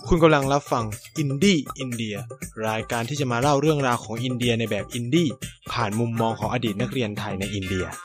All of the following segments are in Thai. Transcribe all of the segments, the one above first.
คุณกำลังรับฟังอินดี้อินเดียรายการที่จะมาเล่าเรื่องราวของอินเดียในแบบอินดี้ผ่านมุมมองของอดีตนักเรียนไทยในอินเดีย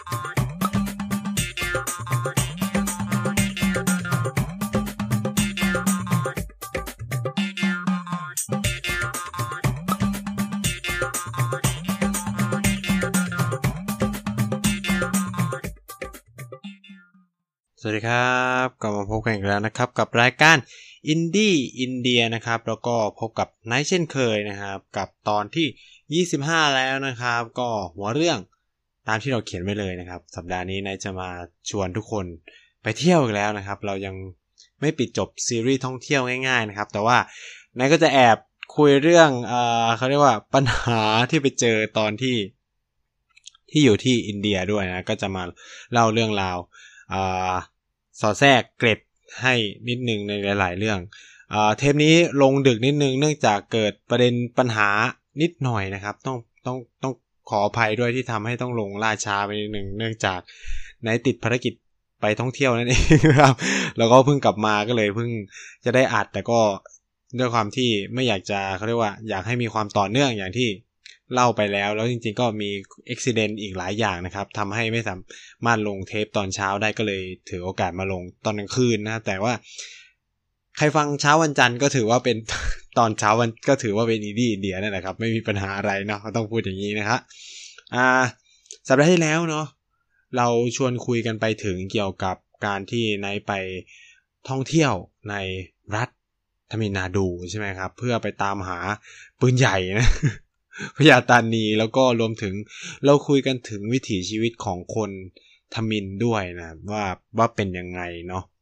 สวัสดีครับกลับมาพบกันอีกแล้วนะครับกับรายการอินดี้อินเดียนะครับแล้วก็พบกับไนท์เช่นเคยนะครับกับตอนที่25แล้วนะครับก็หัวเรื่องตามที่เราเขียนไว้เลยนะครับสัปดาห์นี้ไนท์จะมาชวนทุกคนไปเที่ยวอีกแล้วนะครับเรายังไม่ปิดจบซีรีส์ท่องเที่ยวง่ายๆนะครับแต่ว่าไนท์ก็จะแอบคุยเรื่องเขาเรียกว่าปัญหาที่ไปเจอตอนที่อยู่ที่อินเดียด้วยนะก็จะมาเล่าเรื่องราวสอดแทรกเกร็ดให้นิดนึงในหลายๆเรื่องเทปนี้ลงดึกนิดนึงเนื่องจากเกิดประเด็นปัญหานิดหน่อยนะครับต้องขออภัยด้วยที่ทำให้ต้องลงล่าช้าไปนิดนึงเนื่องจากในติดภารกิจไปท่องเที่ยวนั่นเองครับแล้วก็เพิ่งกลับมาก็เลยเพิ่งจะได้อัดแต่ก็ด้วยความที่ไม่อยากจะเขาเรียกว่าอยากให้มีความต่อเนื่องอย่างที่เล่าไปแล้วจริงๆก็มีอุบัติเหตุอีกหลายอย่างนะครับทำให้ไม่สามารถลงเทปตอนเช้าได้ก็เลยถือโอกาสมาลงตอนกลางคืนนะแต่ว่าใครฟังเช้าวันจันทร์ก็ถือว่าเป็น ตอนเช้าวันก็ถือว่าเป็นอินดี้อินเดียนั่นแหละครับไม่มีปัญหาอะไรเนาะต้องพูดอย่างนี้นะครับสัปดาห์ที่แล้วเนาะเราชวนคุยกันไปถึงเกี่ยวกับการที่นายไปท่องเที่ยวในรัฐทมิลนาดูใช่ไหมครับเพื่อไปตามหาปืนใหญ่นะพญาตานีแล้วก็รวมถึงเราคุยกันถึงวิถีชีวิตของคนทมิฬด้วยนะว่าเป็นยังไงเนาะ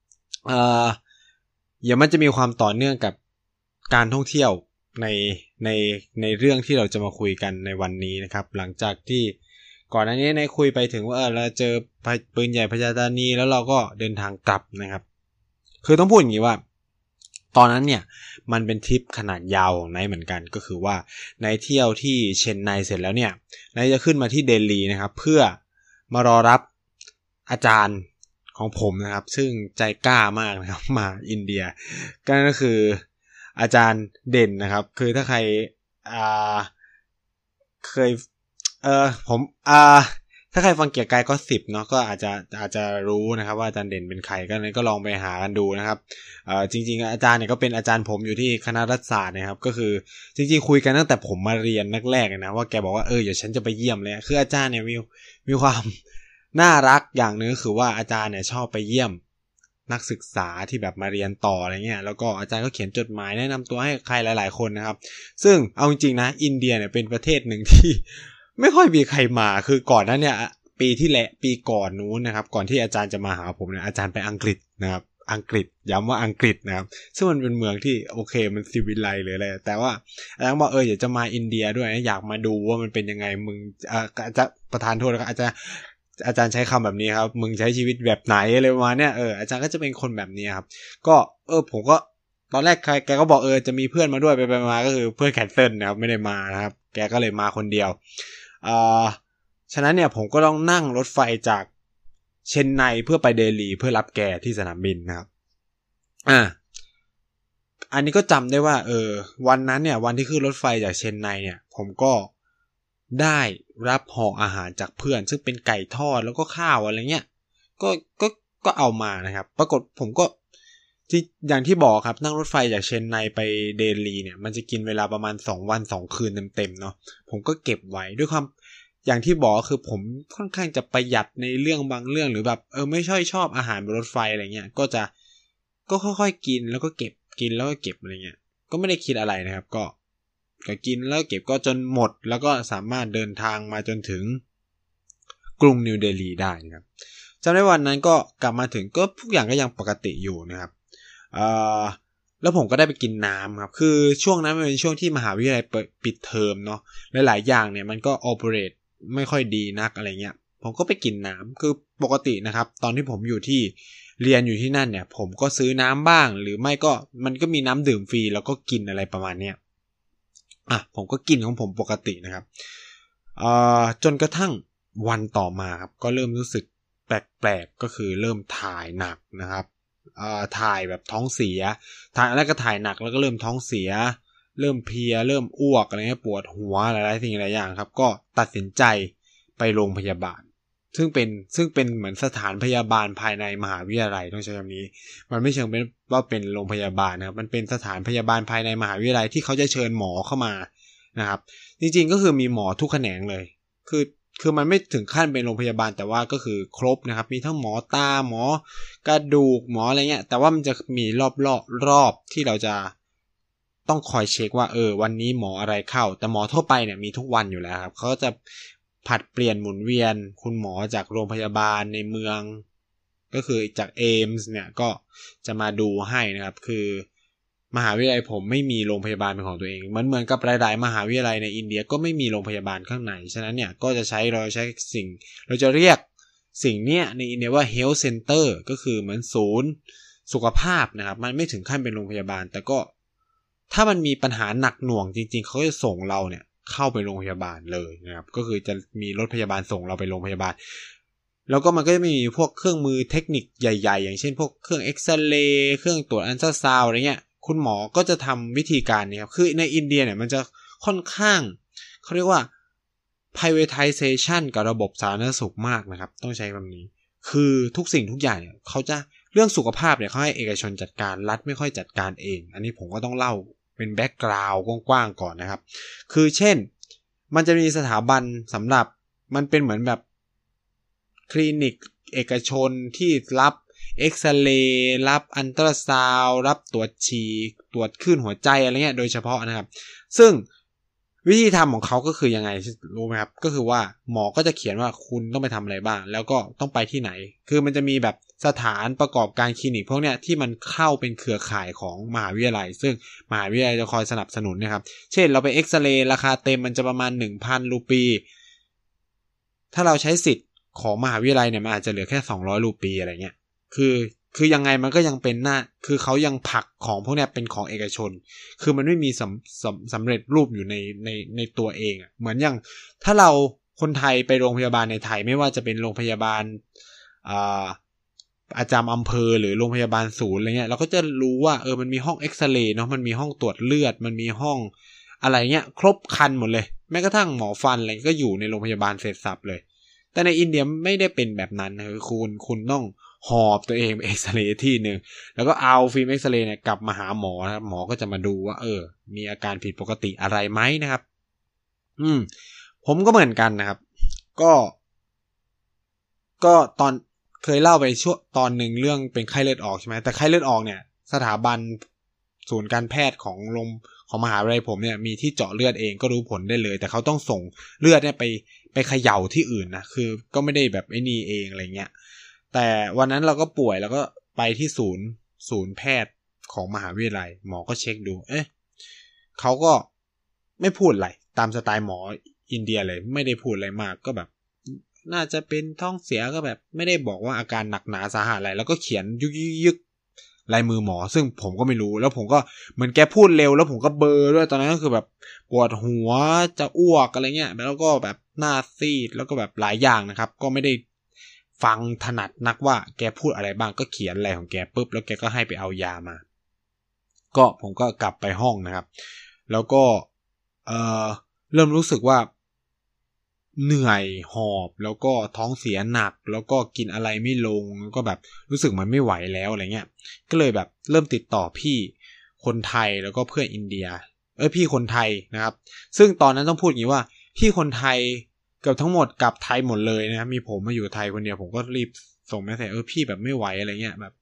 เดี๋ยวมันจะมีความต่อเนื่องกับการท่องเที่ยวในเรื่องที่เราจะมาคุยกันในวันนี้นะครับหลังจากที่ก่อนหน้านี้ในคุยไปถึงว่าเราเจอปืนใหญ่พญาตานีแล้วเราก็เดินทางกลับนะครับคือต้องพูดอย่างนี้ว่าตอนนั้นเนี่ยมันเป็นทริปขนาดยาวของไนท์เหมือนกันก็คือว่าไนท์เที่ยวที่เชนไนเสร็จแล้วเนี่ยไนท์จะขึ้นมาที่เดลีนะครับเพื่อมารอรับอาจารย์ของผมนะครับซึ่งใจกล้ามากนะครับมาอินเดียก็คืออาจารย์เด่นนะครับคือถ้าใครเคยผมถ้าใครฟังเกียร์กายก็10เนาะก็อาจจะรู้นะครับว่าอาจารย์เด่นเป็นใครก็ลองไปหากันดูนะครับจริงๆอาจารย์เนี่ยก็เป็นอาจารย์ผมอยู่ที่คณะรัฐศาสตร์นะครับก็คือจริงๆคุยกันตั้งแต่ผมมาเรียนแรกๆนะว่าแกบอกว่าเดี๋ยวฉันจะไปเยี่ยมเลยคืออาจารย์เนี่ยมีความน่ารักอย่างนึงคือว่าอาจารย์เนี่ยชอบไปเยี่ยมนักศึกษาที่แบบมาเรียนต่ออะไรเงี้ยแล้วก็อาจารย์ก็เขียนจดหมายแนะนำตัวให้ใครหลายๆคนนะครับซึ่งเอาจริงๆนะอินเดียเนี่ยเป็นประเทศหนึ่งที่ไม่ค่อยมีใครมาคือก่อนนั้นเนี่ยปีก่อนนู้นนะครับก่อนที่อาจารย์จะมาหาผมเนี่ยอาจารย์ไปอังกฤษนะครับอังกฤษย้ำว่าอังกฤษนะครับซึ่งมันเป็นเมืองที่โอเคมันซีวิไลซ์หรืออะไรแต่ว่าอาจารย์บอกอยากจะมาอินเดียด้วยอยากมาดูว่ามันเป็นยังไงมึงจะประทานโทษนะครับอาจารย์ใช้คำแบบนี้ครับมึงใช้ชีวิตแบบไหนอะไรประมาณเนี้ยอาจารย์ก็จะเป็นคนแบบนี้ครับก็ผมก็ตอนแรกแกก็บอกจะมีเพื่อนมาด้วยไปมาก็คือเพื่อนแคนเซิลนะครับไม่ได้มานะครับแกก็เลยมาคนเดียวฉะนั้นเนี่ยผมก็ต้องนั่งรถไฟจากเชนไนเพื่อไปเดลีเพื่อรับแกที่สนามบินนะครับอันนี้ก็จำได้ว่าวันนั้นเนี่ยวันที่ขึ้นรถไฟจากเชนไนเนี่ยผมก็ได้รับห่ออาหารจากเพื่อนซึ่งเป็นไก่ทอดแล้วก็ข้าวอะไรเงี้ยก็เอามานะครับปรากฏผมก็อย่างที่บอกครับนั่งรถไฟจากเชนไนไปเดลีเนี่ยมันจะกินเวลาประมาณ2 วัน 2 คืนเต็มๆเนาะผมก็เก็บไว้ด้วยความอย่างที่บอกคือผมค่อนข้างจะประหยัดในเรื่องบางเรื่องหรือแบบไม่ชอบอาหารบนรถไฟอะไรเงี้ยก็ค่อยๆกินแล้วก็เก็บกินแล้วก็เก็บอะไรเงี้ยก็ไม่ได้คิดอะไรนะครับก็กินแล้วเก็บก็จนหมดแล้วก็สามารถเดินทางมาจนถึงกรุงนิวเดลีได้นะครับจำได้วันนั้นก็กลับมาถึงก็ทุกอย่างก็ยังปกติอยู่นะครับแล้วผมก็ได้ไปกินน้ำครับคือช่วงนั้นมันเป็นช่วงที่มหาวิทยาลัยปิดเทอมเนาะหลายๆอย่างเนี่ยมันก็โอเปเรตไม่ค่อยดีนักอะไรเงี้ยผมก็ไปกินน้ำคือปกตินะครับตอนที่ผมอยู่ที่เรียนอยู่ที่นั่นเนี่ยผมก็ซื้อน้ำบ้างหรือไม่ก็มันก็มีน้ำดื่มฟรีแล้วก็กินอะไรประมาณเนี้ยผมก็กินของผมปกตินะครับจนกระทั่งวันต่อมาครับก็เริ่มรู้สึกแปลกๆก็คือเริ่มถ่ายหนักนะครับถ่ายแบบท้องเสียถ่ายแล้วก็ถ่ายหนักแล้วก็เริ่มท้องเสียเริ่มเพลียเริ่มอ้วกอะไรเงี้ยปวดหัวหลายๆสิ่งหลายอย่างครับก็ตัดสินใจไปโรงพยาบาลซึ่งเป็นเหมือนสถานพยาบาลภายในมหาวิทยาลัยต้องใช้คำนี้มันไม่เชิงเป็นว่าเป็นโรงพยาบาลนะครับมันเป็นสถานพยาบาลภายในมหาวิทยาลัยที่เขาจะเชิญหมอเข้ามานะครับจริงๆก็คือมีหมอทุกแขนงเลยคือมันไม่ถึงขั้นเป็นโรงพยาบาลแต่ว่าก็คือครบนะครับมีทั้งหมอตาหมอกระดูกหมออะไรเงี้ยแต่ว่ามันจะมีรอบที่เราจะต้องคอยเช็คว่าวันนี้หมออะไรเข้าแต่หมอทั่วไปเนี่ยมีทุกวันอยู่แล้วครับเขาจะผัดเปลี่ยนหมุนเวียนคุณหมอจากโรงพยาบาลในเมืองก็คือจากเอมส์เนี่ยก็จะมาดูให้นะครับคือมหาวิทยาลัยผมไม่มีโรงพยาบาลเป็นของตัวเองเหมือนกับหลายๆมหาวิทยาลัยในอินเดียก็ไม่มีโรงพยาบาลข้างในฉะนั้นเนี่ยก็จะเราจะเรียกสิ่งเนี้ยในอินเดียว่า health center ก็คือเหมือนศูนย์สุขภาพนะครับมันไม่ถึงขั้นเป็นโรงพยาบาลแต่ก็ถ้ามันมีปัญหาหนักหน่วงจริงๆเขาจะส่งเราเนี่ยเข้าไปโรงพยาบาลเลยนะครับก็คือจะมีรถพยาบาลส่งเราไปโรงพยาบาลแล้วก็มันก็จะมีพวกเครื่องมือเทคนิคใหญ่ๆอย่างเช่นพวกเครื่องเอ็กซเรย์เครื่องตรวจอัลตราซาวด์อะไรเงี้ยคุณหมอก็จะทำวิธีการนี้ครับคือในอินเดียเนี่ยมันจะค่อนข้างเขาเรียกว่า privatization กับระบบสาธารณสุขมากนะครับต้องใช้คำนี้คือทุกสิ่งทุกอย่างเนี่ยเขาจะเรื่องสุขภาพเนี่ยเขาให้เอกชนจัดการรัฐไม่ค่อยจัดการเองอันนี้ผมก็ต้องเล่าเป็นแบ็กกราวด์กว้างๆก่อนนะครับคือเช่นมันจะมีสถาบันสำหรับมันเป็นเหมือนแบบคลินิกเอกชนที่รับเอ็กซเรย์รับอัลตราซาวด์รับตรวจฉี่ตรวจคลื่นหัวใจอะไรเงี้ยโดยเฉพาะนะครับซึ่งวิธีทำของเขาก็คือยังไงรู้ไหมครับก็คือว่าหมอก็จะเขียนว่าคุณต้องไปทำอะไรบ้างแล้วก็ต้องไปที่ไหนคือมันจะมีแบบสถานประกอบการคลินิกพวกเนี้ยที่มันเข้าเป็นเครือข่ายของมหาวิทยาลัยซึ่งมหาวิทยาลัยจะคอยสนับสนุนนะครับเช่นเราไปเอ็กซเรย์ราคาเต็มมันจะประมาณ 1,000 รูปีถ้าเราใช้สิทธิ์ของมหาวิทยาลัยเนี่ยมันอาจจะเหลือแค่200 รูปีอะไรเงี้ยคือยังไงมันก็ยังเป็นคือเขายังผลักของพวกนี้เป็นของเอกชนคือมันไม่มีสำเร็จรูปอยู่ในตัวเองอ่ะเหมือนอย่างถ้าเราคนไทยไปโรงพยาบาลในไทยไม่ว่าจะเป็นโรงพยาบาลประจำอำเภอหรือโรงพยาบาลศูนย์อะไรเงี้ยเราก็จะรู้ว่ามันมีห้องเอ็กซเรย์เนาะมันมีห้องตรวจเลือดมันมีห้องอะไรเงี้ยครบครันหมดเลยแม้กระทั่งหมอฟันอะไรก็อยู่ในโรงพยาบาลเสร็จสับเลยแต่ในอินเดียไม่ได้เป็นแบบนั้นนะคือคุณต้องหอบตัวเองไปเอ็กซเรย์ที่นึงแล้วก็เอาฟิล์มเอ็กซเรย์เนี่ยกลับมาหาหมอนะครับหมอก็จะมาดูว่ามีอาการผิดปกติอะไรไหมนะครับผมก็เหมือนกันนะครับก็ตอนเคยเล่าไปช่วงตอนหนึ่งเรื่องเป็นไข้เลือดออกใช่ไหมแต่ไข้เลือดออกเนี่ยสถาบันศูนย์การแพทย์ของมหาวิทยาลัยผมเนี่ยมีที่เจาะเลือดเองก็รู้ผลได้เลยแต่เขาต้องส่งเลือดเนี่ยไปเขย่าที่อื่นนะคือก็ไม่ได้แบบไอ้นี่เองอะไรเงี้ยแต่วันนั้นเราก็ป่วยแล้วก็ไปที่ศูนย์แพทย์ของมหาวิทยาลัยหมอก็เช็คดูเขาก็ไม่พูดอะไรตามสไตล์หมออินเดียเลยไม่ได้พูดอะไรมากก็แบบน่าจะเป็นท้องเสียก็แบบไม่ได้บอกว่าอาการหนักหนาสาหัสอะไรแล้วก็เขียนยึกลายมือหมอซึ่งผมก็ไม่รู้แล้วผมก็เหมือนแกพูดเร็วแล้วผมก็เบลอด้วยตอนนั้นก็คือแบบปวดหัวจะอ้วกอะไรเงี้ยแล้วก็แบบหน้าซีดแล้วก็แบบหลายอย่างนะครับก็ไม่ได้ฟังถนัดนักว่าแกพูดอะไรบ้างก็เขียนอะไรของแกปุ๊บแล้วแกก็ให้ไปเอายามาก็ผมก็กลับไปห้องนะครับแล้วก็เริ่มรู้สึกว่าเหนื่อยหอบแล้วก็ท้องเสียหนักแล้วก็กินอะไรไม่ลงแล้วก็แบบรู้สึกมันไม่ไหวแล้วอะไรเงี้ยก็เลยแบบเริ่มติดต่อพี่คนไทยแล้วก็เพื่อนอินเดียพี่คนไทยนะครับซึ่งตอนนั้นต้องพูดอย่างนี้ว่าพี่คนไทยเกือบทั้งหมดกลับไทยหมดเลยนะครับมีผมมาอยู่ไทยคนเดียวผมก็รีบส่งเมสเสจพี่แบบไม่ไหวอะไรเงี้ยแบบ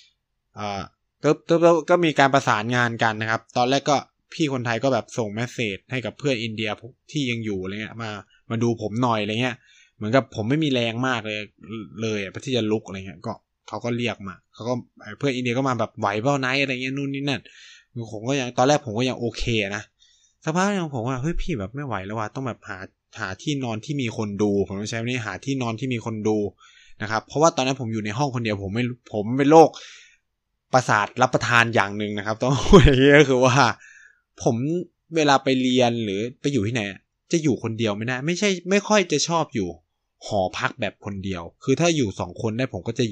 ก็มีการประสานงานกันนะครับตอนแรกก็พี่คนไทยก็แบบส่งเมสเสจให้กับเพื่อนอินเดียที่ยังอยู่อะไรเงี้ยมาดูผมหน่อยอะไรเงี้ยเหมือนกับผมไม่มีแรงมากเลยที่จะลุกอะไรเงี้ยก็เขาก็เรียกมาเขาก็เพื่อนอินเดียก็มาแบบไหวเปล่าไนท์อะไรเงี้ยนู่นนี่นั่นผมก็ยังตอนแรกผมก็ยังโอเคนะสักพักนึงผมว่าเฮ้ยพี่แบบไม่ไหวแล้วว่ะต้องแบบหาที่นอนที่มีคนดูผมต้องใช้นี่หาที่นอนที่มีคนดูนะครับเพราะว่าตอนนั้นผมอยู่ในห้องคนเดียวผมเป็นโรคประสาทรับประทานอย่างนึงนะครับต้องพูดอย่างนี้ก็คือว่าผมเวลาไปเรียนหรือไปอยู่ที่ไหนจะอยู่คนเดียวไม่ได้ไม่ค่อยจะชอบอยู่หอพักแบบคนเดียวคือถ้าอยู่2 คนได้ผมก็จะอยู่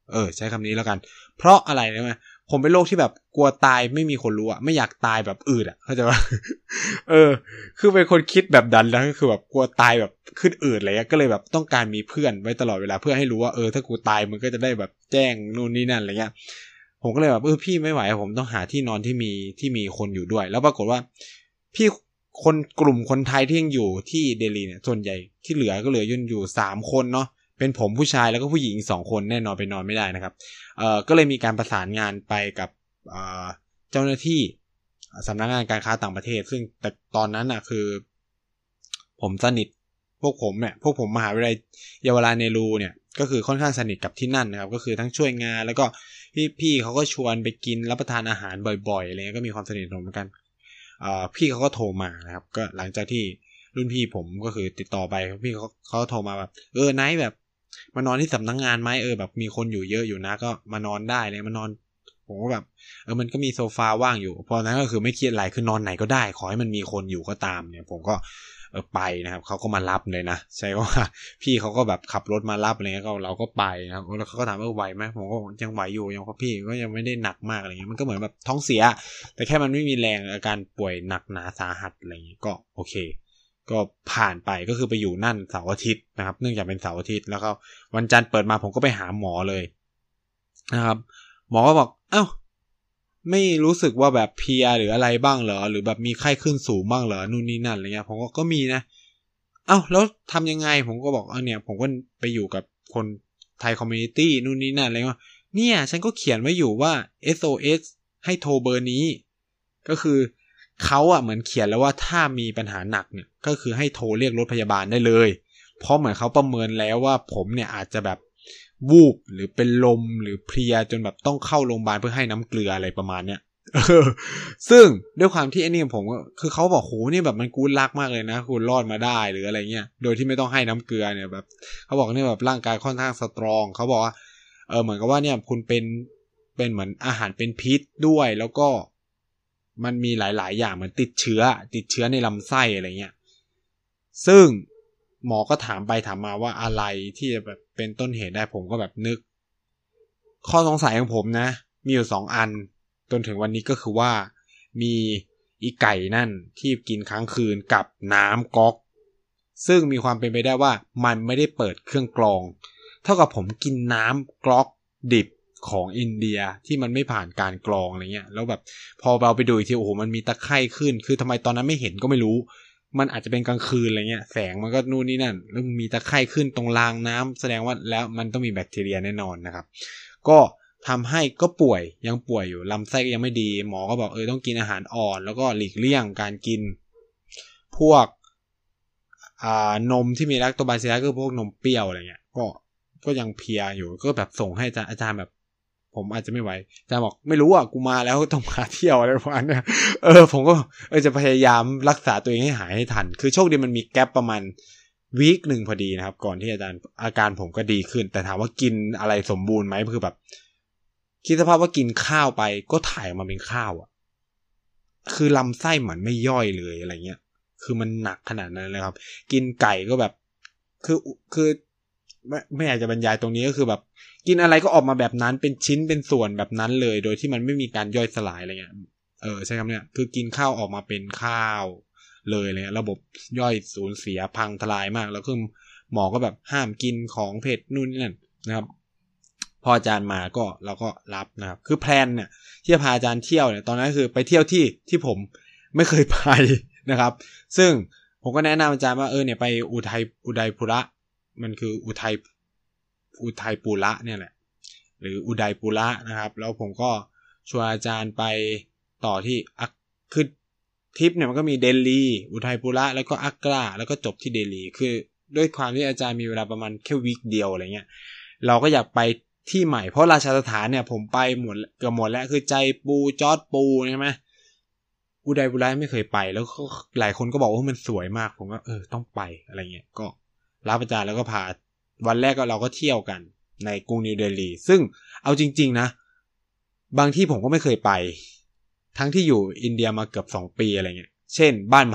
ใช้คำนี้แล้วกันเพราะอะไรรู้ไหมผมเป็นโรคที่แบบกลัวตายไม่มีคนรู้ไม่อยากตายแบบอืดเข้าใจป่ะ คือเป็นคนคิดแบบดันแล้วก็คือแบบกลัวตายแบบขึ้นอืดอะไรเงี้ยก็เลยแบบต้องการมีเพื่อนไว้ตลอดเวลาเพื่อให้รู้ว่าถ้ากูตายมันก็จะได้แบบแจ้งนู่นนี่นั่นอะไรเงี้ยผมก็เลยแบบพี่ไม่ไหวผมต้องหาที่นอนที่มีคนอยู่ด้วยแล้วปรากฏว่าพี่กลุ่มคนไทยที่ยังอยู่ที่เดลีเนี่ยส่วนใหญ่ที่เหลือก็เหลืออยู่3คนเนาะเป็นผมผู้ชายแล้วก็ผู้หญิง2คนแน่นอนไปนอนไม่ได้นะครับก็เลยมีการประสานงานไปกับเจ้าหน้าที่สำนักงานการค้าต่างประเทศซึ่งแต่ตอนนั้นคือผมสนิทพวกผมมหาวิทยาลัยเยาวราชเนรูเนี่ยก็คือค่อนข้างสนิทกับที่นั่นนะครับก็คือทั้งช่วยงานแล้วก็พี่เขาก็ชวนไปกินรับประทานอาหารบ่อยๆอะไรเงี้ยก็มีความสนิทสนมกันพี่เขาก็โทรมานะครับก็หลังจากที่รุ่นพี่ผมก็คือติดต่อไปพี่เขาโทรมาแบบไนท์แบบมานอนที่สำนักงานไหมแบบมีคนอยู่เยอะอยู่นะก็มานอนได้เลยมานอนผมก็แบบมันก็มีโซฟาว่างอยู่เพราะนั้นก็คือไม่เครียดอะไรคือนอนไหนก็ได้ขอให้มันมีคนอยู่ก็ตามเนี่ยผมก็ไปนะครับเขาก็มารับเลยนะใช่ว่าพี่เขาก็แบบขับรถมารับอะไรเงี้ยก็เราก็ไปนะครับแล้วเขาก็ถามว่าไหวไหมผมก็ยังไหวอยู่ยังพี่ก็ยังไม่ได้หนักมากอะไรเงี้ยมันก็เหมือนแบบท้องเสียแต่แค่มันไม่มีแรงอาการป่วยหนักหนาสาหัสอะไรเงี้ยก็โอเคก็ผ่านไปก็คือไปอยู่นั่นเสาร์อาทิตย์นะครับเนื่องจากเป็นเสาร์อาทิตย์แล้วก็วันจันทร์เปิดมาผมก็ไปหาหมอเลยนะครับหมอก็บอกไม่รู้สึกว่าแบบเพลียหรืออะไรบ้างเหรอหรือแบบมีไข้ขึ้นสูงบ้างเหรอนู่นนี่นั่นอะไรเงี้ยผมก็มีนะแล้วทำยังไงผมก็บอกเนี่ยผมก็ไปอยู่กับคนไทยคอมมูนิตี้นู่นนี่นั่นอะไรเงี้ยเนี่ยฉันก็เขียนไว้อยู่ว่า SOS ให้โทรเบอร์นี้ก็คือเขาเหมือนเขียนแล้วว่าถ้ามีปัญหาหนักเนี่ยก็คือให้โทรเรียกรถพยาบาลได้เลยเพราะเหมือนเขาประเมินแล้วว่าผมเนี่ยอาจจะแบบวูบหรือเป็นลมหรือเพลียจนแบบต้องเข้าโรงพยาบาลเพื่อให้น้ำเกลืออะไรประมาณเนี้ยซึ่งด้วยความที่ไอ้นี่ผมก็คือเขาบอกโหนี่แบบมันกูรักมากเลยนะคุณรอดมาได้หรืออะไรเงี้ยโดยที่ไม่ต้องให้น้ำเกลือเนี่ยแบบเขาบอกเนี่ยแบบร่างกายค่อนข้างสตรองเขาบอกว่าเหมือนกับว่าเนี่ยคุณเป็นเหมือนอาหารเป็นพิษด้วยแล้วก็มันมีหลายๆอย่างเหมือนติดเชื้อในลำไส้อะไรเงี้ยซึ่งหมอก็ถามไปถามมาว่าอะไรที่จะแบบเป็นต้นเหตุได้ผมก็แบบนึกข้อสงสัยของผมนะมีอยู่2อันจนถึงวันนี้ก็คือว่ามีอีไก่นั่นที่กินค้างคืนกับน้ำก๊อกซึ่งมีความเป็นไปได้ว่ามันไม่ได้เปิดเครื่องกรองเท่ากับผมกินน้ำก๊อกดิบของอินเดียที่มันไม่ผ่านการกรองอะไรเงี้ยแล้วแบบพอเราไปดูอีกทีโอ้โหมันมีตะไคร่ขึ้นคือทำไมตอนนั้นไม่เห็นก็ไม่รู้มันอาจจะเป็นกลางคืนอะไรเงี้ยแสงมันก็นู่นนี่นั่นแล้วมีตะไคร่ขึ้นตรงรางน้ำแสดงว่าแล้วมันต้องมีแบคทีเรียแน่นอนนะครับก็ทำให้ก็ยังป่วยอยู่ลำไส้ก็ยังไม่ดีหมอก็บอกต้องกินอาหารอ่อนแล้วก็หลีกเลี่ยงการกินพวกนมที่มีแลคโตบาซิลลัสก็พวกนมเปรี้ยวอะไรเงี้ยก็ยังเพลียอยู่ก็แบบส่งให้อาจารย์แบบผมอาจจะไม่ไหวอาจารย์บอกไม่รู้กูมาแล้วต้องมาเที่ยวอะไรประมาณนี้ผมก็จะพยายามรักษาตัวเองให้หายให้ทันคือโชคดีมันมีแกปประมาณวีคนึงพอดีนะครับก่อนที่อาการผมก็ดีขึ้นแต่ถามว่ากินอะไรสมบูรณ์ไหมคือแบบคิดสภาพว่ากินข้าวไปก็ถ่ายออกมาเป็นข้าวคือลำไส้เหมือนไม่ย่อยเลยอะไรเงี้ยคือมันหนักขนาดนั้นเลยครับกินไก่ก็แบบคือไม่อยากจะบรรยายตรงนี้ก็คือแบบกินอะไรก็ออกมาแบบนั้นเป็นชิ้นเป็นส่วนแบบนั้นเลยโดยที่มันไม่มีการย่อยสลายอะไรเงี้ยใช่ครับเนี่ยคือกินข้าวออกมาเป็นข้าวเลยเลยระบบย่อยสูญเสียพังทลายมากแล้วคือหมอก็แบบห้ามกินของเผ็ดนู่นนี่นั่นนะครับพออาจารย์มาก็เราก็รับนะครับคือแพลนเนี่ยที่จะพาอาจารย์เที่ยวเนี่ยตอนนั้นคือไปเที่ยวที่ผมไม่เคยไปนะครับซึ่งผมก็แนะนำอาจารย์ว่าเนี่ยไปอุทัยปุระมันคืออุทัยปุระเนี่ยแหละหรืออุดัยปุระนะครับแล้วผมก็ชวนอาจารย์ไปต่อที่คือทริปเนี่ยมันก็มีเดลีอุทัยปุระแล้วก็อักราแล้วก็จบที่เดลีคือด้วยความที่อาจารย์มีเวลาประมาณแค่วีคเดียวอะไรเงี้ยเราก็อยากไปที่ใหม่เพราะราชสถานเนี่ยผมไปหมดเกือบหมดแล้วคือใจปูจอดปูใช่ไหมอุดัยปุระไม่เคยไปแล้วหลายคนก็บอกว่ามันสวยมากผมก็ต้องไปอะไรเงี้ยก็รับอาจารย์แล้วก็พาวันแรกก็เราก็เที่ยวกันในกรุงนิวเดลีซึ่งเอาจริงๆนะบางที่ผมก็ไม่เคยไปทั้งที่อยู่อินเดียมาเกือบ2 ปีอะไรเงี้ยเช่นบ้านมหาด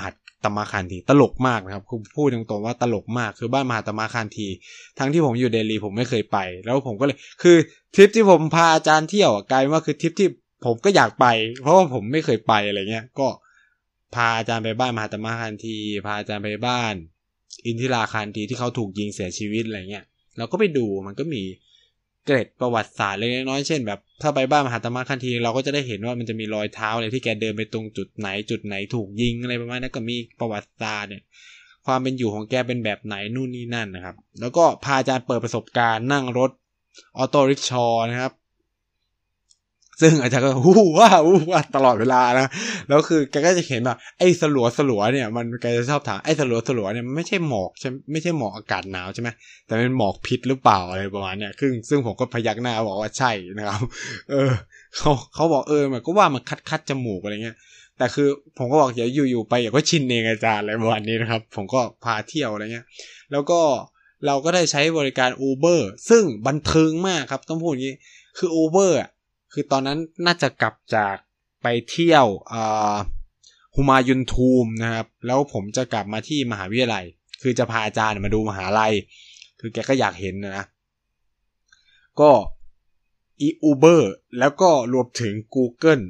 ตมะคานธีตลกมากนะครับคือพูดตรงๆว่าตลกมากคือบ้านมหาตมะคานธีทั้งที่ผมอยู่เดลีผมไม่เคยไปแล้วผมก็เลยคือทริปที่ผมพาอาจารย์เที่ยวกลายว่าคือทริปที่ผมก็อยากไปเพราะว่าผมไม่เคยไปอะไรเงี้ยก็พาอาจารย์ไปบ้านมหาตมะคานธีพาอาจารย์ไปบ้านอินทิราคานธีที่เขาถูกยิงเสียชีวิตอะไรเงี้ยเราก็ไปดูมันก็มีเกร็ดประวัติศาสตร์เล็กน้อยเช่นแบบถ้าไปบ้านมหาตมะคานธีเราก็จะได้เห็นว่ามันจะมีรอยเท้าอะไรที่แกเดินไปตรงจุดไหนถูกยิงอะไรประมาณนั้นก็มีประวัติศาสตร์เนี่ยความเป็นอยู่ของแกเป็นแบบไหนนู่นนี่นั่นนะครับแล้วก็พาอาจารย์เปิดประสบการณ์นั่งรถออโต้ริกชอว์นะครับซึ่งอาจารย์ก็ว้าวตลอดเวลานะแล้วคือแกก็จะเห็นแบบไอ้สลัวเนี่ยมันแกจะชอบถามไอ้สลัวเนี่ยมันไม่ใช่หมอกใช่ไม่ใช่หมอกอากาศหนาวใช่ไหมแต่เป็นหมอกพิษหรือเปล่าอะไรประมาณเนี้ยซึ่งผมก็พยักหน้าบอกว่าใช่นะครับเขาบอกมันก็ว่ามันคัดจมูกอะไรเงี้ยแต่คือผมก็บอกอย่าอยู่ไปอย่าก็ชินเองอาจารย์อะไรประมาณนี้นะครับผมก็พาเที่ยวอะไรเงี้ยแล้วก็เราก็ได้ใช้บริการ Uber ซึ่งบันเทิงมากครับต้องพูดอย่างนี้คือ Uber อ่ะคือตอนนั้นน่าจะกลับจากไปเที่ยวฮุมายุนทูมนะครับแล้วผมจะกลับมาที่มหาวิทยาลัยคือจะพาอาจารย์มาดูมหาลัยคือแกก็อยากเห็นนะก็Uber แล้วก็รวมถึง Google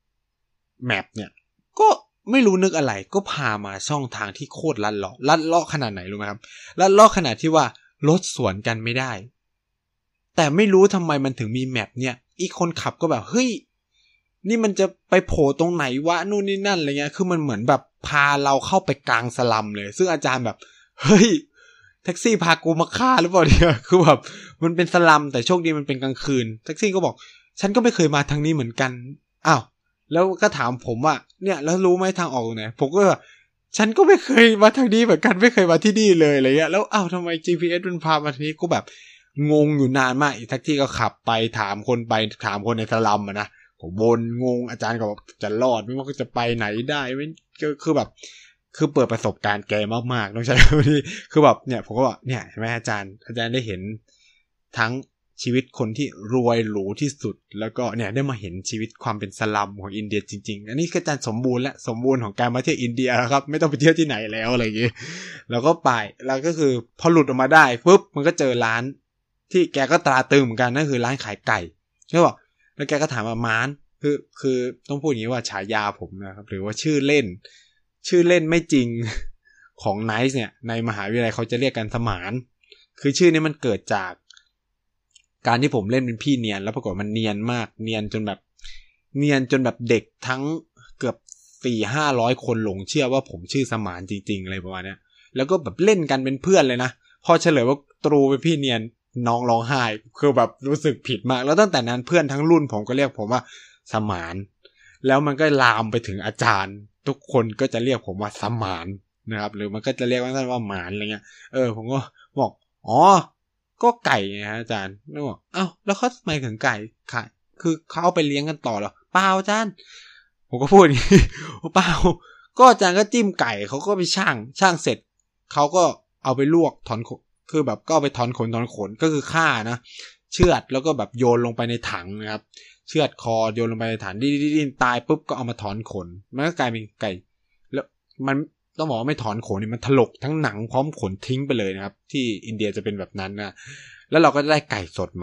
Map เนี่ยก็ไม่รู้นึกอะไรก็พามาช่องทางที่โคตรลัดเลาะขนาดไหนรู้ไหมครับลัดเลาะขนาดที่ว่ารถสวนกันไม่ได้แต่ไม่รู้ทำไมมันถึงมีแมปเนี่ยอีกคนขับก็แบบเฮ้ยนี่มันจะไปโผล่ตรงไหนวะนู่นนี่นั่นอะไรเงี้ยคือมันเหมือนแบบพาเราเข้าไปกลางสลัมเลยซึ่งอาจารย์แบบเฮ้ยแท็กซี่พากูมาฆ่าหรือเปล่าเนี่ยคือแบบมันเป็นสลัมแต่โชคดีมันเป็นกลางคืนแท็กซี่ก็บอกฉันก็ไม่เคยมาทางนี้เหมือนกันอ้าวแล้วก็ถามผมว่าเนี่ยแล้วรู้ไหมทางออกตรงไหนผมก็แบบฉันก็ไม่เคยมาทางนี้เหมือนกันไม่เคยมาที่นี่เลยอะไรเงี้ยแล้วอ้าวทำไม GPS มันพามาทางนี้ก็แบบงงอยู่นานมากอีกแท็กซี่ก็ขับไปถามคนในสลัมอะนะผมวนงงอาจารย์ก็บอกจะรอดไม่ว่าจะไปไหนได้ไม่คือแบบคือเปิดประสบการณ์แกมากๆต้องใช้คำนี้คือแบบเนี่ยผมก็บอกเนี่ยเห็นไหมอาจารย์ได้เห็นทั้งชีวิตคนที่รวยหรูที่สุดแล้วก็เนี่ยได้มาเห็นชีวิตความเป็นสลัมของอินเดียจริงๆอันนี้คืออาจารย์สมบูรณ์ของการมาเที่ยวอินเดียครับไม่ต้องไปเที่ยวที่ไหนแล้วอะไรอย่างงี้แล้วก็ไปแล้วก็คือพอหลุดออกมาได้ปุ๊บมันก็เจอร้านที่แกก็ตราตึงเหมือนกันนั่นคือร้านขายไก่ใช่ป่ะแล้วแกก็ถามว่าม้านคือต้องพูดอย่างนี้ว่าฉายาผมนะครับหรือว่าชื่อเล่นไม่จริงของไนซ์เนี่ยในมหาวิทยาลัยเขาจะเรียกกันสมานคือชื่อนี้มันเกิดจากการที่ผมเล่นเป็นพี่เนียนแล้วปรากฏมันเนียนมากเนียนจนแบบเด็กทั้งเกือบ 400-500 คนหลงเชื่อว่าผมชื่อสมานจริงๆอะไรประมาณนี้แล้วก็แบบเล่นกันเป็นเพื่อนเลยนะพอเฉลยว่าตรูเป็นพี่เนียนน้องร้องไห้คือแบบรู้สึกผิดมากแล้วตั้งแต่นั้นเพื่อนทั้งรุ่นผมก็เรียกผมว่าสมานแล้วมันก็ลามไปถึงอาจารย์ทุกคนก็จะเรียกผมว่าสมานนะครับหรือมันก็จะเรียกว่าท่านว่าหมานอะไรเงี้ยผมก็บอกอ๋อก็ไก่ไงฮะอาจารย์แล้วบอกเอ้าแล้วเขาทำไมถึงไก่ค่ะคือเขาเอาไปเลี้ยงกันต่อเหรอเปล่าอาจารย์ผมก็พูดอย่างนี้เปล่าก็อาจารย์ก็จิ้มไก่เขาก็ไปช่างเสร็จเขาก็เอาไปลวกถอนคือแบบก็เอาไปถอนขนก็คือฆ่านะเชือดแล้วก็แบบโยนลงไปในถังนะครับเชือดคอโยนลงไปในถังดิ้นตายปุ๊บก็เอามาถอนขนมันก็กลายเป็นไก่แล้วมันต้องบอกว่าไม่ถอนขนนี่มันถลกทั้งหนังพร้อมขนทิ้งไปเลยนะครับที่อินเดียจะเป็นแบบนั้นนะแล้วเราก็ได้ไก่สดมา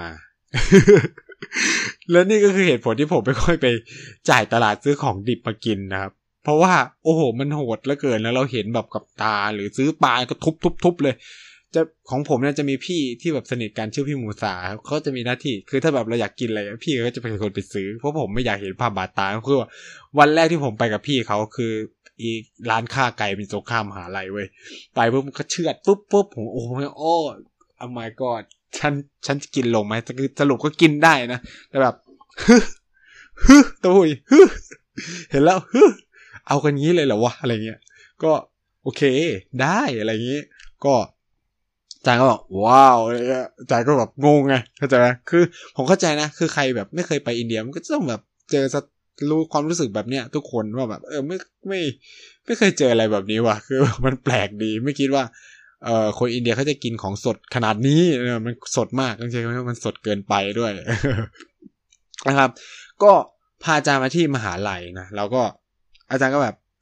แล้วนี่ก็คือเหตุผลที่ผมไม่ค่อยไปจ่ายตลาดซื้อของดิบมากินนะครับเพราะว่าโอ้โหมันโหดเหลือเกินแล้วเราเห็นแบบกับตาหรือซื้อปลาก็ทุบเลยจะของผมเนี่ยจะมีพี่ที่แบบสนิทกันชื่อพี่มูซาเขาจะมีหน้าที่คือถ้าแบบเราอยากกินอะไรพี่ก็จะเป็นคนไปซื้อเพราะผมไม่อยากเห็นภาพบาดตาคือวันแรกที่ผมไปกับพี่เขาคืออีร้านฆ่าไก่เป็นสงครามมหาลัยเว้ยไปปุ๊บก็เชือดปุ๊บผมโอ้ my god ฉันจะกินลงไหมคือสรุปก็กินได้นะแต่แบบตัวหุยเห็นแล้วเอากันงี้เลยเหรอวะอะไรเงี้ยก็โอเคได้อะไรเงี้ยก็อาจารย์ก็บอกว้าวอะไรเงี้ยอาจารย์ก็แบบงงไงเข้าใจไหมคือผมเข้าใจนะคือใครแบบไม่เคยไปอินเดียมันก็ต้องแบบเจอรู้ความรู้สึกแบบเนี้ยทุกคนว่าแบบไม่เคยเจออะไรแบบนี้ว่ะคือมันแปลกดีไม่คิดว่าคนอินเดียเขาจะกินของสดขนาดนี้มันสดมากจริงๆมันสดเกินไปด้วย นะครับก็พาอาจารย์มาที่มหาลัยนะแล้วก็อาจารย์ก็แบบ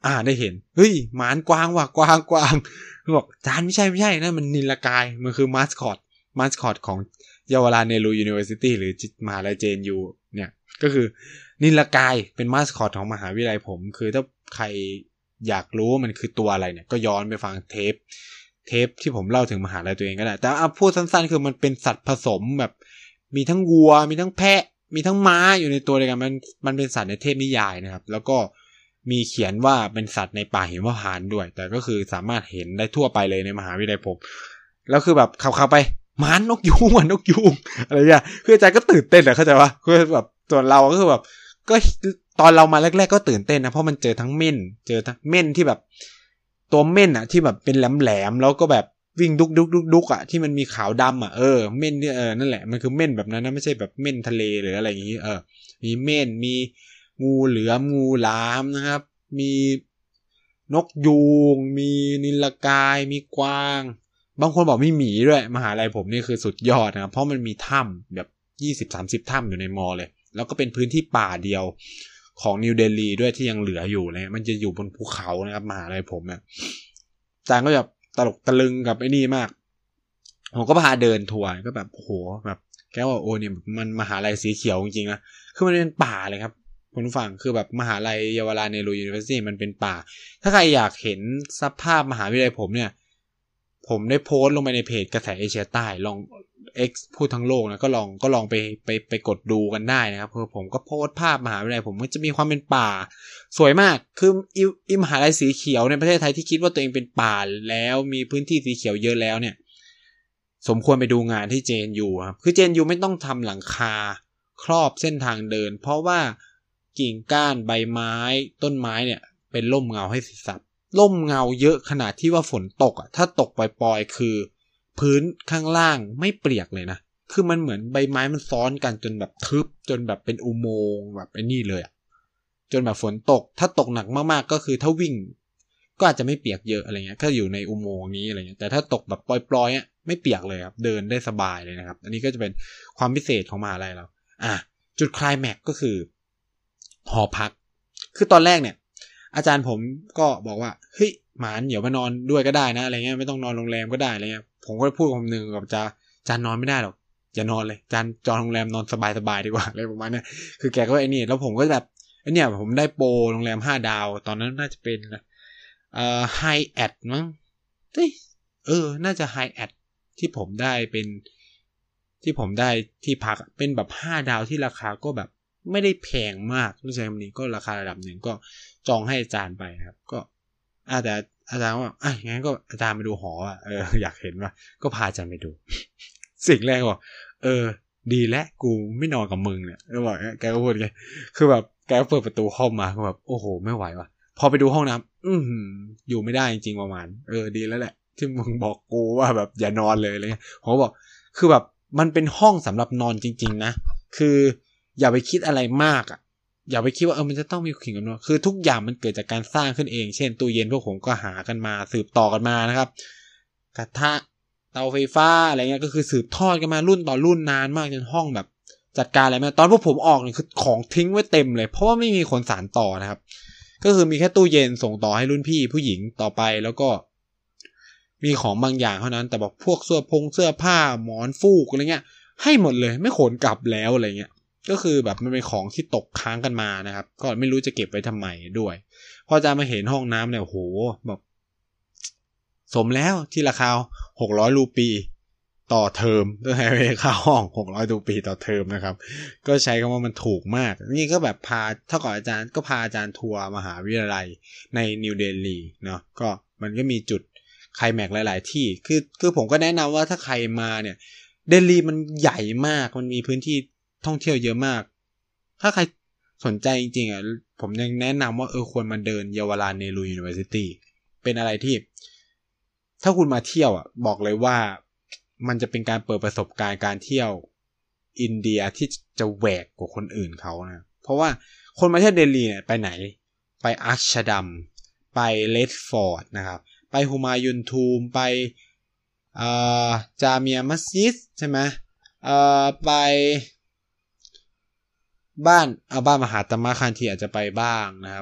ได้เห็นเฮ้ยหมานกวางว่ะกวางบอกจานไม่ใช่นั่นมันนิลกายมันคือมาสคอตของเยาวราชเนรูยูนิเวอร์ซิตี้หรือมหาวิทยาลัย JNU เนี่ยก็คือนิลกายเป็นมาสคอตของมหาวิทยาลัยผมคือถ้าใครอยากรู้ว่ามันคือตัวอะไรเนี่ยก็ย้อนไปฟังเทปที่ผมเล่าถึงมหาวิทยาลัยตัวเองก็ได้แต่พูดสั้นๆคือมันเป็นสัตว์ผสมแบบมีทั้งวัวมีทั้งแพะมีทั้งม้าอยู่ในตัวเดียวกันมันเป็นสัตว์ในเทพนิยายนะครับแล้วก็มีเขียนว่าเป็นสัตว์ในป่าหิมพานต์ด้วยแต่ก็คือสามารถเห็นได้ทั่วไปเลยในมหาวิทยาลัยผมแล้วคือแบบขับไปม้านกยูงอะไรอย่างเงี้ยคืออาจารย์ก็ตื่นเต้นเข้าใจป่ะคือแบบส่วนเราก็คือแบบก็ตอนเรามาแรกๆก็ตื่นเต้นนะเพราะมันเจอทั้งเม่นที่แบบตัวเม่นที่แบบเป็นแหลมแล้วก็แบบวิ่งดุกที่มันมีขาวดำเม่นที่นั่นแหละมันคือเม่นแบบนั้นนะไม่ใช่แบบเม่นทะเลหรืออะไรอย่างงี้มีเม่นมีงูเหลือมงูหลามนะครับมีนกยูงมีนิลกายมีกวางบางคนบอกมีหมีด้วยมหาลัยผมนี่คือสุดยอดนะครับเพราะมันมีถ้ำแบบ 20-30 ถ้ำอยู่ในมอเลยแล้วก็เป็นพื้นที่ป่าเดียวของนิวเดลีด้วยที่ยังเหลืออยู่เลยมันจะอยู่บนภูเขานะครับมหาลัยผมเนี่ยอาจารย์ก็จะตลกตะลึงกับไอ้นี่มากผมก็พาเดินทัวร์ก็แบบโอ้โหแบบแกว่าโอ้เนี่ยมันมหาลัยสีเขียวจริงๆนะคือมันเป็นป่าเลยครับคุณผู้ฟังคือแบบมหาลัยเยาวราชเนรูยูนิเวอร์ซิตี้มันเป็นป่าถ้าใครอยากเห็นสภาพมหาวิทยาลัยผมเนี่ยผมได้โพสต์ลงไปในเพจกระแสเอเชียใต้ลอง X พูดทั้งโลกนะก็ลองไปกดดูกันได้นะครับเพราะผมก็โพสต์ภาพมหาวิทยาลัยผมมันจะมีความเป็นป่าสวยมากคือมหาลัยสีเขียวในประเทศไทยที่คิดว่าตัวเองเป็นป่าแล้วมีพื้นที่สีเขียวเยอะแล้วเนี่ยสมควรไปดูงานที่ JNU ครับคือ JNU ไม่ต้องทำหลังคาครอบเส้นทางเดินเพราะว่ากิ่งก้านใบไม้ต้นไม้เนี่ยเป็นร่มเงาให้สัตว์ร่มเงาเยอะขนาดที่ว่าฝนตกถ้าตกปล่อยๆคือพื้นข้างล่างไม่เปียกเลยนะคือมันเหมือนใบไม้มันซ้อนกันจนแบบทึบจนแบบเป็นอุโมงค์แบบไอ้นี่เลยจนแบบฝนตกถ้าตกหนักมากๆก็คือถ้าวิ่งก็อาจจะไม่เปียกเยอะอะไรเงี้ยก็อยู่ในอุโมงค์นี้อะไรเงี้ยแต่ถ้าตกแบบปล่อยๆไม่เปียกเลยครับเดินได้สบายเลยนะครับอันนี้ก็จะเป็นความพิเศษของมหาลัยเราจุดไคลแม็กซ์ก็คือหอพักคือตอนแรกเนี่ยอาจารย์ผมก็บอกว่าเฮ้ยหมานเดี๋ยวมานอนด้วยก็ได้นะอะไรเงี้ยไม่ต้องนอนโรงแรมก็ได้อะไรเงี้ยผมก็พูดคำนึงกับจานนอนไม่ได้หรอกอย่านอนเลยจองโรงแรมนอนสบายดีกว่าอะไรประมาณนี้คือแกก็ไอ้นี่แล้วผมก็แบบไอ้เนี่ยผมได้โปรโรงแรม5 ดาวตอนนั้นน่าจะเป็นไฮแอทมั้งน่าจะไฮแอทที่ผมได้เป็นที่ผมได้ที่พักเป็นแบบ5 ดาวที่ราคาก็แบบไม่ได้แพงมากไม่ใช่คำนี้ก็ราคาระดับหนึ่งก็จองให้อาจารย์ไปครับก็แต่อาจารย์ว่างั้นก็อาจารย์ไปดูหออยากเห็นว่าก็พาอาจารย์ไปดู สิ่งแรกบอกดีแล้วกูไม่นอนกับมึงเนี่ยบอกแกก็พูดไงคือแบบแกก็เปิดประตูห้องมาก็แบบโอ้โหไม่ไหวว่ะพอไปดูห้องน้ำอยู่ไม่ได้จริงๆประมาณดีแล้วแหละที่มึงบอกกูว่าแบบอย่านอนเลยอะไรเงี้ยผมก็บอกคือแบบมันเป็นห้องสำหรับนอนจริงๆนะคืออย่าไปคิดอะไรมากอย่าไปคิดว่ามันจะต้องมีขิงกันเนาะคือทุกอย่างมันเกิดจากการสร้างขึ้นเองเช่นตู้เย็นพวกผมก็หากันมาสืบต่อกันมานะครับกระทะเตาไฟฟ้าอะไรเงี้ยก็คือสืบทอดกันมารุ่นต่อรุ่นนานมากจนห้องแบบจัดการอะไรไม่ตอนพวกผมออกเนี่ยคือของทิ้งไว้เต็มเลยเพราะว่าไม่มีคนสานต่อนะครับก็คือมีแค่ตู้เย็นส่งต่อให้รุ่นพี่ผู้หญิงต่อไปแล้วก็มีของบางอย่างเท่านั้นแต่บอกพวกเสื้อผ้าหมอนฟูกอะไรเงี้ยให้หมดเลยไม่ขนกลับแล้วอะไรเงี้ยก็คือแบบมันเป็นของที่ตกค้างกันมานะครับก็ไม่รู้จะเก็บไว้ทำไมด้วยพอจะมาเห็นห้องน้ำเนี่ยโหแบบสมแล้วที่ราคา600 รูปีต่อเทอมต้องให้ค่าห้อง600 รูปีต่อเทอมนะครับก็ใช้คำว่ามันถูกมากนี่ก็แบบพาเท่ากับอาจารย์ก็พาอาจารย์ทัวร์มหาวิทยาลัยในนิวเดลีเนาะก็มันก็มีจุดไคลแม็กซ์หลายๆที่คือผมก็แนะนำว่าถ้าใครมาเนี่ยเดลีมันใหญ่มากมันมีพื้นที่ท่องเที่ยวเยอะมากถ้าใครสนใจจริงๆผมยังแนะนำว่าควรมาเดินเยาวราชเนรูยูนิเวอร์ซิตี้เป็นอะไรที่ถ้าคุณมาเที่ยวบอกเลยว่ามันจะเป็นการเปิดประสบการณ์การเที่ยวอินเดียที่จะแหวกกว่าคนอื่นเขานะเพราะว่าคนมาเที่ยวเดลีเนี่ยไปไหนไปอัชดัมไปเลดฟอร์ดนะครับไปฮุมายุนทูมไปจาเมียมัสยิดใช่ไหมไปบ้านมหาตมะคันธีอาจจะไปบ้างนะครับ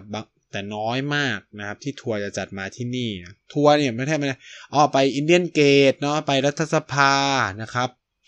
แต่น้อยมากนะครับที่ทัวร์จะจัดมาที่นี่นะทัวร์เนี่ยไม่ใช่ไปอินเดียนเกตเนาะไปรัฐสภานะครับ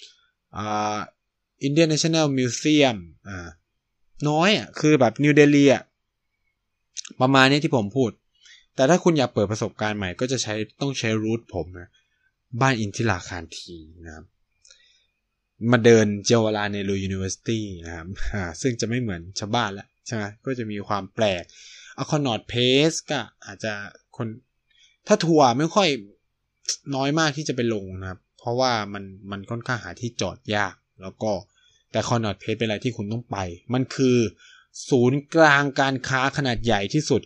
อินเดียนเนชั่นแนลมิวเซียมน้อยคือแบบนิวเดลีประมาณนี้ที่ผมพูดแต่ถ้าคุณอยากเปิดประสบการณ์ใหม่ก็จะต้องใช้รูทผมนะบ้านอินทิราคารทีนะครับมาเดินเจวาราเนรูยูนิเวอร์ซิตี้นะครับซึ่งจะไม่เหมือนชาวบ้านละใช่ไหมก็จะมีความแปลกคอนนอร์ดเพสก็อาจจะถ้าทัวร์ไม่ค่อยน้อยมากที่จะไปลงนะครับเพราะว่ามันค่อนข้างหาที่จอดยากแล้วก็แต่คอนนอร์ดเพสเป็นอะไรที่คุณต้องไปมันคือศูนย์กลางการค้าขนาดใหญ่ที่สุด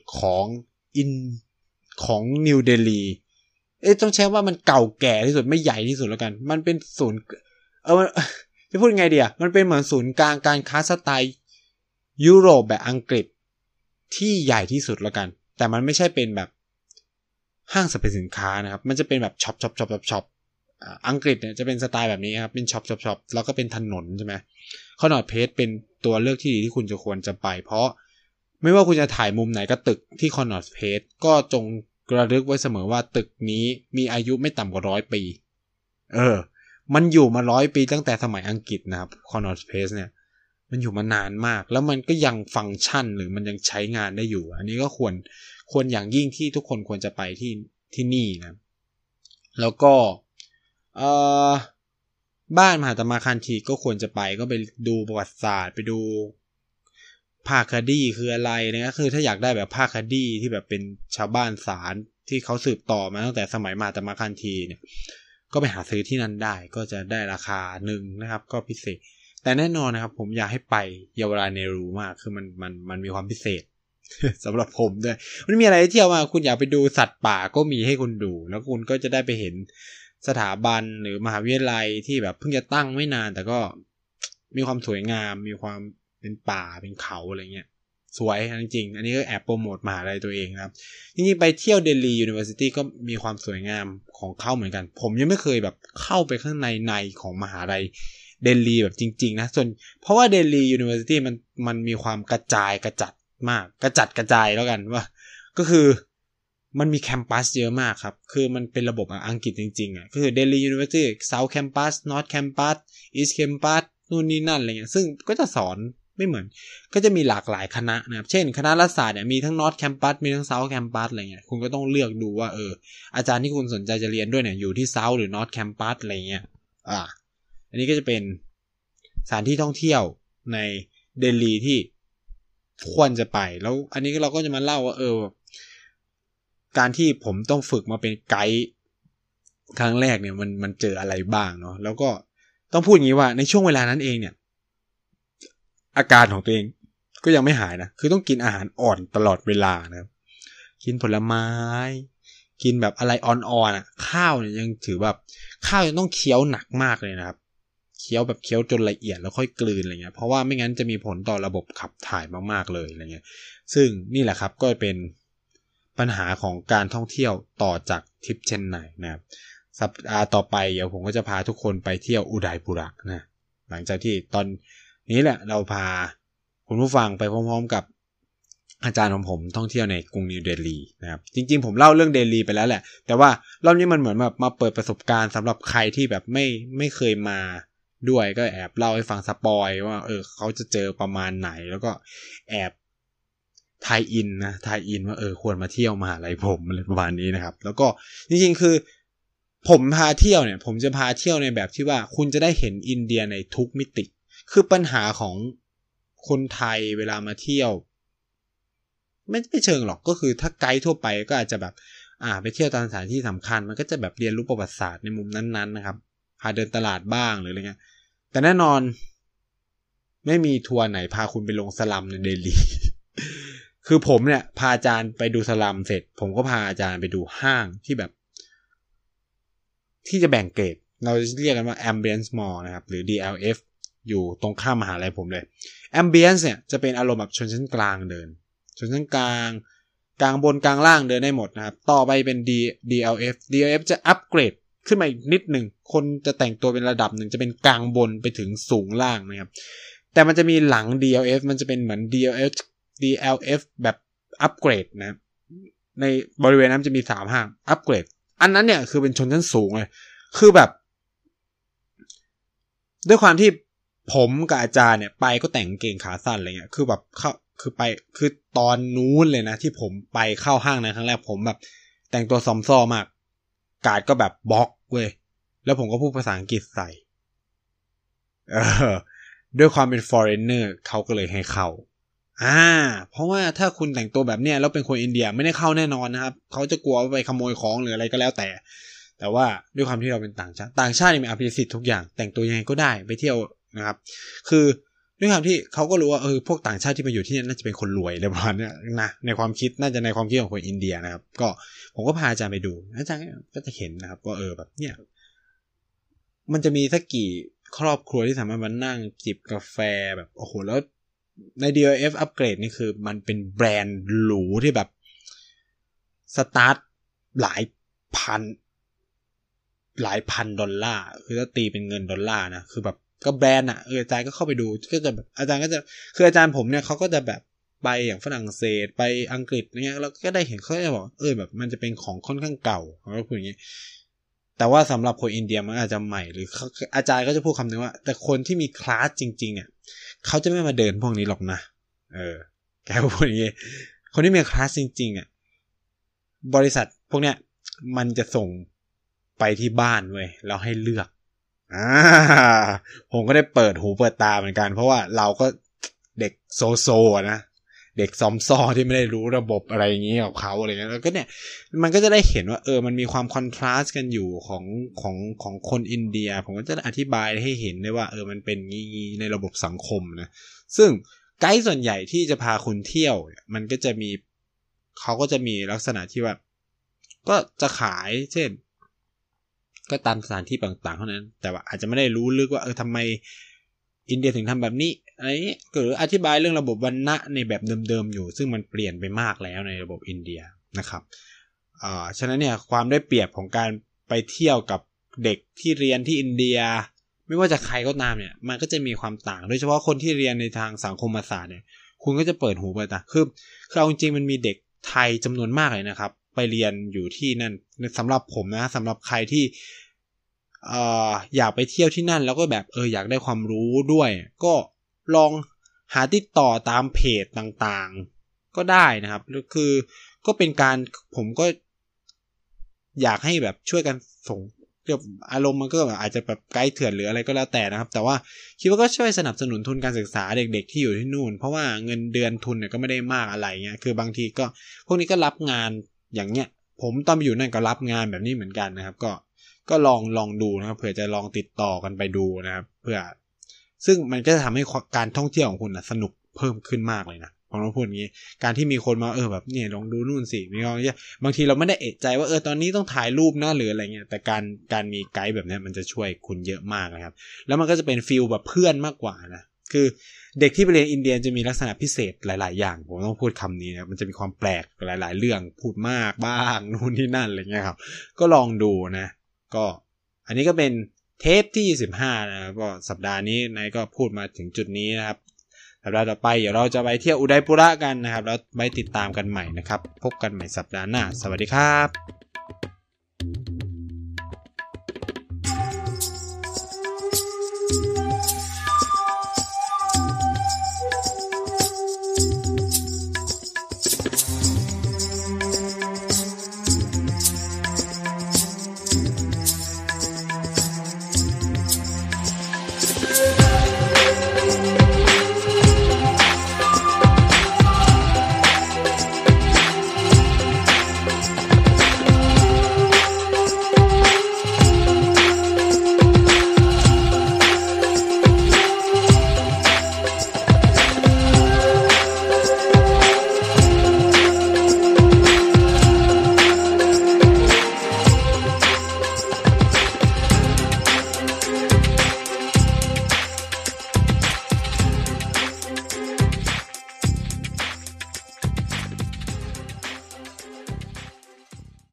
ของนิวเดลีต้องใช้ว่ามันเก่าแก่ที่สุดไม่ใหญ่ที่สุดแล้วกันมันเป็นศูนย์จะพูดยังไงดีมันเป็นเหมือนศูนย์กลางการค้าสไตล์ยุโรปแบบอังกฤษที่ใหญ่ที่สุดแล้วกันแต่มันไม่ใช่เป็นแบบห้างสรรพสินค้านะครับมันจะเป็นแบบช็อปอังกฤษเนี่ยจะเป็นสไตล์แบบนี้ครับเป็นช็อปแล้วก็เป็นถนนใช่ไหมคอนนอร์ดเพสเป็นตัวเลือกที่ดีที่คุณจะควรจะไปเพราะไม่ว่าคุณจะถ่ายมุมไหนก็ตึกที่คอนนอร์ดเพสก็จงระลึกไว้เสมอว่าตึกนี้มีอายุไม่ต่ำกว่า100 ปีมันอยู่มา100 ปีตั้งแต่สมัยอังกฤษนะครับคอนนอร์ดเพสเนี่ยมันอยู่มานานมากแล้วมันก็ยังฟังก์ชันหรือมันยังใช้งานได้อยู่อันนี้ก็ควรอย่างยิ่งที่ทุกคนควรจะไปที่นี่นะแล้วก็บ้านมหาตมะคันธีก็ควรจะไปก็ไปดูประวัติศาสตร์ไปดูภาคคดีคืออะไรนะคือถ้าอยากได้แบบภาคคดีที่แบบเป็นชาวบ้านศาลที่เขาสืบต่อมาตั้งแต่สมัยมหาตมะคันธีเนี่ยก็ไปหาซื้อที่นั่นได้ก็จะได้ราคาหนึ่งนะครับก็พิเศษแต่แน่นอนนะครับผมอยากให้ไปเยาวราชเนรูมากคือมันมีความพิเศษ สำหรับผมด้วยมันมีอะไรที่เที่ยวมาคุณอยากไปดูสัตว์ป่าก็มีให้คุณดูแล้วคุณก็จะได้ไปเห็นสถาบันหรือมหาวิทยาลัยที่แบบเพิ่งจะตั้งไม่นานแต่ก็มีความสวยงามมีความเป็นป่าเป็นเขาอะไรเงี้ยสวยจริงๆอันนี้ก็แอบโปรโมทมหาลัยตัวเองนะครับจริงๆไปเที่ยวเดลียูนิเวอร์ซิตี้ก็มีความสวยงามของเขาเหมือนกันผมยังไม่เคยแบบเข้าไปข้างในของมหาลัยเดลีแบบจริงๆนะส่วนเพราะว่าเดลียูนิเวอร์ซิตี้มันมีความกระจัดมากกระจายแล้วกันว่าก็คือมันมีแคมปัสเยอะมากครับคือมันเป็นระบบอังกฤษจริงๆก็คือ Delhi University South Campus North Campus East Campus นู่นนี่นั่นอะไรเงี้ยซึ่งก็จะสอนไม่เหมือนก็จะมีหลากหลายคณะนะครับเช่นคณะรัฐศาสตร์เนี่ยมีทั้ง North Campus มีทั้ง South Campus อะไรเงี้ยคุณก็ต้องเลือกดูว่าอาจารย์ที่คุณสนใจจะเรียนด้วยเนี่ยอยู่ที่ South หรือ North Campus อะไรเงี้ยอันนี้ก็จะเป็นสถานที่ท่องเที่ยวในเดลีที่ควรจะไปแล้วอันนี้เราก็จะมาเล่าว่าการที่ผมต้องฝึกมาเป็นไกด์ครั้งแรกเนี่ยมันเจออะไรบ้างเนาะแล้วก็ต้องพูดอย่างนี้ว่าในช่วงเวลานั้นเองเนี่ยอาการของตัวเองก็ยังไม่หายนะคือต้องกินอาหารอ่อนตลอดเวลานะครับกินผลไม้กินแบบอะไรอ่อนๆข้าวเนี่ยยังถือแบบข้าวยังต้องเคี้ยวหนักมากเลยนะครับเคี้ยวแบบเคี้ยวจนละเอียดแล้วค่อยกลืนอะไรเงี้ยเพราะว่าไม่งั้นจะมีผลต่อระบบขับถ่ายมากๆเลยอะไรเงี้ยซึ่งนี่แหละครับก็เป็นปัญหาของการท่องเที่ยวต่อจากทริปเชนไนนะครับสัปดาห์ต่อไปเดี๋ยวผมก็จะพาทุกคนไปเที่ยวอุดัยปุระนะหลังจากที่ตอนนี้แหละเราพาคุณผู้ฟังไปพร้อมๆกับอาจารย์ของผมท่องเที่ยวในกรุงนิวเดลีนะครับจริงๆผมเล่าเรื่องเดลีไปแล้วแหละแต่ว่ารอบนี้มันเหมือนแบบมาเปิดประสบการณ์สำหรับใครที่แบบไม่เคยมาด้วยก็แอบเล่าให้ฟังสปอยว่าเขาจะเจอประมาณไหนแล้วก็แอบทายอินว่าควรมาเที่ยวมหาลัยผมอะไรประมาณนี้นะครับแล้วก็จริงๆคือผมพาเที่ยวเนี่ยผมจะพาเที่ยวในแบบที่ว่าคุณจะได้เห็นอินเดียในทุกมิติคือปัญหาของคนไทยเวลามาเที่ยวไม่เชิงหรอกก็คือถ้าไกด์ทั่วไปก็อาจจะแบบไปเที่ยวตามสถานที่สำคัญมันก็จะแบบเรียนรู้ประวัติศาสตร์ในมุมนั้นๆนะครับพาเดินตลาดบ้างหรืออะไรเงี้ยแต่แน่นอนไม่มีทัวร์ไหนพาคุณไปลงสลัมในเดลี คือผมเนี่ยพาอาจารย์ไปดูสลัมเสร็จผมก็พาอาจารย์ไปดูห้างที่แบบที่จะแบ่งเกรดเราเรียกกันว่า Ambience Mall นะครับหรือ DLF อยู่ตรงข้ามมหาลัยผมเลย Ambience เนี่ยจะเป็นอารมณ์แบบชนชั้นกลางเดินชนชั้นกลางบนกลางล่างเดินได้หมดนะครับต่อไปเป็น DLF จะอัปเกรดขึ้นมาอีกนิดหนึ่งคนจะแต่งตัวเป็นระดับหนึ่งจะเป็นกลางบนไปถึงสูงล่างนะครับแต่มันจะมีหลัง DLF มันจะเป็นเหมือน DLF แบบอัปเกรดนะในบริเวณนั้นจะมี3ห้างอัปเกรดอันนั้นเนี่ยคือเป็นชนชั้นสูงเลยคือแบบด้วยความที่ผมกับอาจารย์เนี่ยไปก็แต่งเกงขาสั้นอะไรเงี้ยคือแบบเข้าคือไปคือตอนนู้นเลยนะที่ผมไปเข้าห้างในครั้งแรกผมแบบแต่งตัวซอมซ่อมากการ์ดก็แบบบล็อกเว้ยแล้วผมก็พูดภาษาอังกฤษใส่ด้วยความเป็น foreigner เขาก็เลยให้เข้าเพราะว่าถ้าคุณแต่งตัวแบบเนี้ยแล้วเป็นคนอินเดียไม่ได้เข้าแน่นอนนะครับเขาจะกลัวว่าไปขโมยของหรืออะไรก็แล้วแต่ว่าด้วยความที่เราเป็นต่างชาติมีอภิสิทธิ์ทุกอย่างแต่งตัวยังไงก็ได้ไปเที่ยวนะครับคือด้วยความที่เขาก็รู้ว่าพวกต่างชาติที่มาอยู่ที่นี่น่าจะเป็นคนรวยอะไรประมาณนี้นะในความคิดน่าจะในความคิดของคนอินเดียนะครับก็ผมก็พาอาจารย์ไปดูอาจารย์ก็จะเห็นนะครับว่าแบบเนี่ยมันจะมีสักกี่ครอบครัวที่สามารถมานั่งจิบกาแฟแบบโอ้โหแล้วใน DLF อัปเกรดนี่คือมันเป็นแบรนด์หรูที่แบบสตาร์ทหลายพันดอลลาร์คือถ้าตีเป็นเงินดอลลาร์นะคือแบบก็แบรนด์อาจารย์ก็เข้าไปดูก็จะแบบอาจารย์ก็จะคืออาจารย์ผมเนี่ยเขาก็จะแบบไปอย่างฝรั่งเศสไปอังกฤษเนี่ยเราก็ได้เห็นเขาจะบอกแบบมันจะเป็นของค่อนข้างเก่าเขาก็พูดอย่างนี้แต่ว่าสำหรับคนอินเดียมันอาจจะใหม่หรืออาจารย์ก็จะพูดคำนึงว่าแต่คนที่มีคลาสจริงๆเนี่ยเขาจะไม่มาเดินพวกนี้หรอกนะแกพูดอย่างนี้คนที่มีคลาสจริงๆบริษัทพวกเนี้ยมันจะส่งไปที่บ้านเว้ยแล้วให้เลือกผมก็ได้เปิดหูเปิดตาเหมือนกันเพราะว่าเราก็เด็กโซนะเด็กซอมซ่อที่ไม่ได้รู้ระบบอะไรอย่างงี้กับเขาอะไรเงี้ยแล้วก็เนี่ยมันก็จะได้เห็นว่ามันมีความคอนทราสต์กันอยู่ของคนอินเดียผมก็จะอธิบายให้เห็นได้ว่ามันเป็นงี้ในระบบสังคมนะซึ่งไกด์ส่วนใหญ่ที่จะพาคุณเที่ยวมันก็จะมีเขาก็จะมีลักษณะที่ว่าก็จะขายเช่นก็ตามสถานที่ต่างๆเท่านั้นแต่ว่าอาจจะไม่ได้รู้ลึกว่าทำไมอินเดียถึงทำแบบนี้อะไรเงี้ยหรืออธิบายเรื่องระบบวรรณะในแบบเดิมๆอยู่ซึ่งมันเปลี่ยนไปมากแล้วในระบบอินเดียนะครับฉะนั้นเนี่ยความได้เปรียบของการไปเที่ยวกับเด็กที่เรียนที่อินเดียไม่ว่าจะใครก็ตามเนี่ยมันก็จะมีความต่างโดยเฉพาะคนที่เรียนในทางสังคมศาสตร์เนี่ยคุณก็จะเปิดหูเปิดตาคือเอาจริงๆมันมีเด็กไทยจำนวนมากเลยนะครับไปเรียนอยู่ที่นั่นสำหรับผมนะสำหรับใครที่อยากไปเที่ยวที่นั่นแล้วก็แบบอยากได้ความรู้ด้วยก็ลองหาติดต่อตามเพจต่างๆก็ได้นะครับคือก็เป็นการผมก็อยากให้แบบช่วยกันส่งเรียกอารมณ์มันก็อาจจะแบบไกด์เถื่อนหรืออะไรก็แล้วแต่นะครับแต่ว่าคิดว่าก็ช่วยสนับสนุนทุนการศึกษาเด็กๆที่อยู่ที่นู่นเพราะว่าเงินเดือนทุนเนี่ยก็ไม่ได้มากอะไรเงี้ยคือบางทีก็พวกนี้ก็รับงานอย่างเงี้ยผมตอนไปอยู่นั่นก็รับงานแบบนี้เหมือนกันนะครับก็ลองดูนะครับเผื่อจะลองติดต่อกันไปดูนะครับเพื่อซึ่งมันก็จะทำให้การท่องเที่ยวของคุณสนุกเพิ่มขึ้นมากเลยนะผมต้องพูดอย่างนี้การที่มีคนมาแบบเนี่ยลองดูนู่นสิมีบางทีเราไม่ได้เอะใจว่าตอนนี้ต้องถ่ายรูปนะหรืออะไรเงี้ยแต่การมีไกด์แบบนี้มันจะช่วยคุณเยอะมากนะครับแล้วมันก็จะเป็นฟีลแบบเพื่อนมากกว่านะคือเด็กที่ไปเรียนอินเดียจะมีลักษณะพิเศษหลายๆอย่างผมต้องพูดคำนี้นะมันจะมีความแปลกหลายๆเรื่องพูดมากบ้างนู่นนี่นั่นอะไรเงี้ยครับก็ลองดูนะก็อันนี้ก็เป็นเทปที่25นะครับก็สัปดาห์นี้นายก็พูดมาถึงจุดนี้นะครับสัปดาห์ต่อไปเดี๋ยวเราจะไปเที่ยวอุดัยปุระกันนะครับแล้วไว้ติดตามกันใหม่นะครับพบกันใหม่สัปดาห์หน้าสวัสดีครับ